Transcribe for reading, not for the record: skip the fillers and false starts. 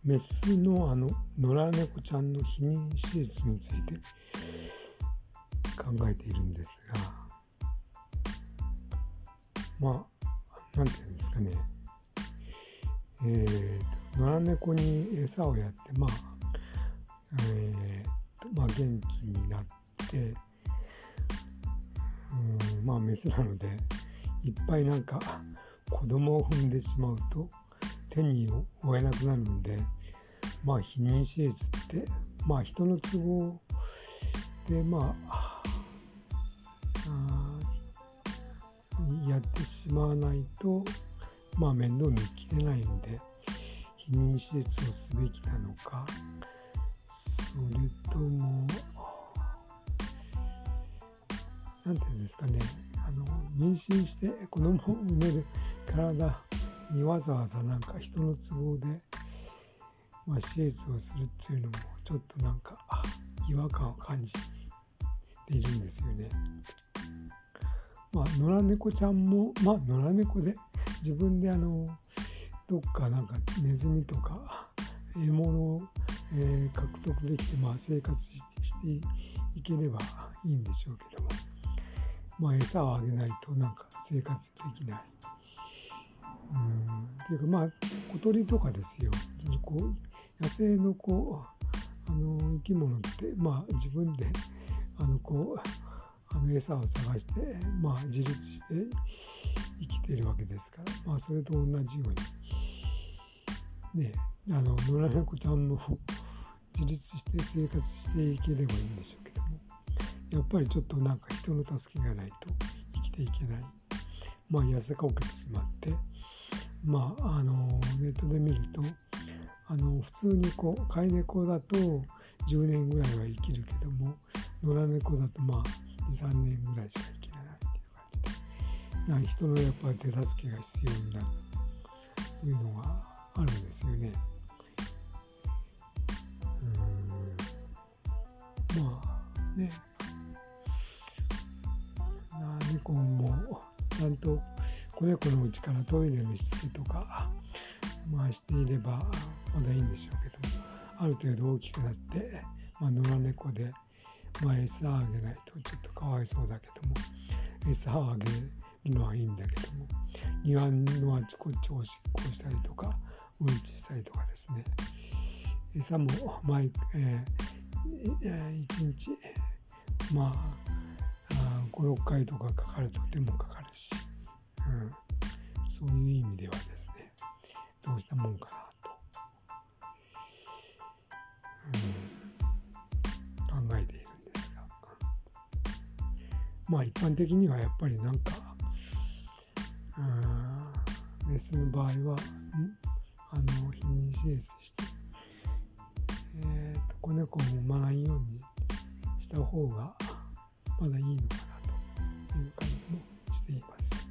メスの野良猫ちゃんの避妊手術について考えているんですが、なんていうんですかね、野良猫に餌をやって、元気になって、メスなのでいっぱい子供を産んでしまうと手に負えなくなるんで、避妊手術って人の都合でやってしまわないと面倒見きれないので、避妊手術をすべきなのか、それともなんていうんですかね、妊娠して子供を産める体にわざわざ人の都合で、手術をするっていうのもちょっと違和感を感じているんですよね。野良猫ちゃんも野良猫で自分でどっかネズミとか獲物を、獲得できて生活していければいいんでしょうけども、餌をあげないと生活できない。っていうか小鳥とかですよ。野生の生き物って自分で餌を探して自立して生きているわけですから、それと同じようにね、野良猫ちゃんも自立して生活していければいいんでしょうけども、やっぱりちょっと人の助けがないと生きていけない。痩せかけてしまって、ネットで見ると普通に飼い猫だと10年ぐらいは生きるけども、野良猫だと2、3年ぐらいしか生きれないっていう感じで、人のやっぱり手助けが必要になるというのがあるんですよね。猫もちゃんと子猫のうちからトイレのしつけとかしていればまだいいんでしょうけども、ある程度大きくなって野良猫で餌あげないとちょっとかわいそうだけども、餌をあげるのはいいんだけども、庭のあちこちおしっこしたりとかうんちしたりとかですね、餌も1日5、6回とかかかると手もかかるし、そういう意味ではですね、どうしたもんかなと、考えているんですが、一般的にはやっぱりメスの場合は避妊手術して、子猫も産まないようにした方がまだいいのかなという感じもしています。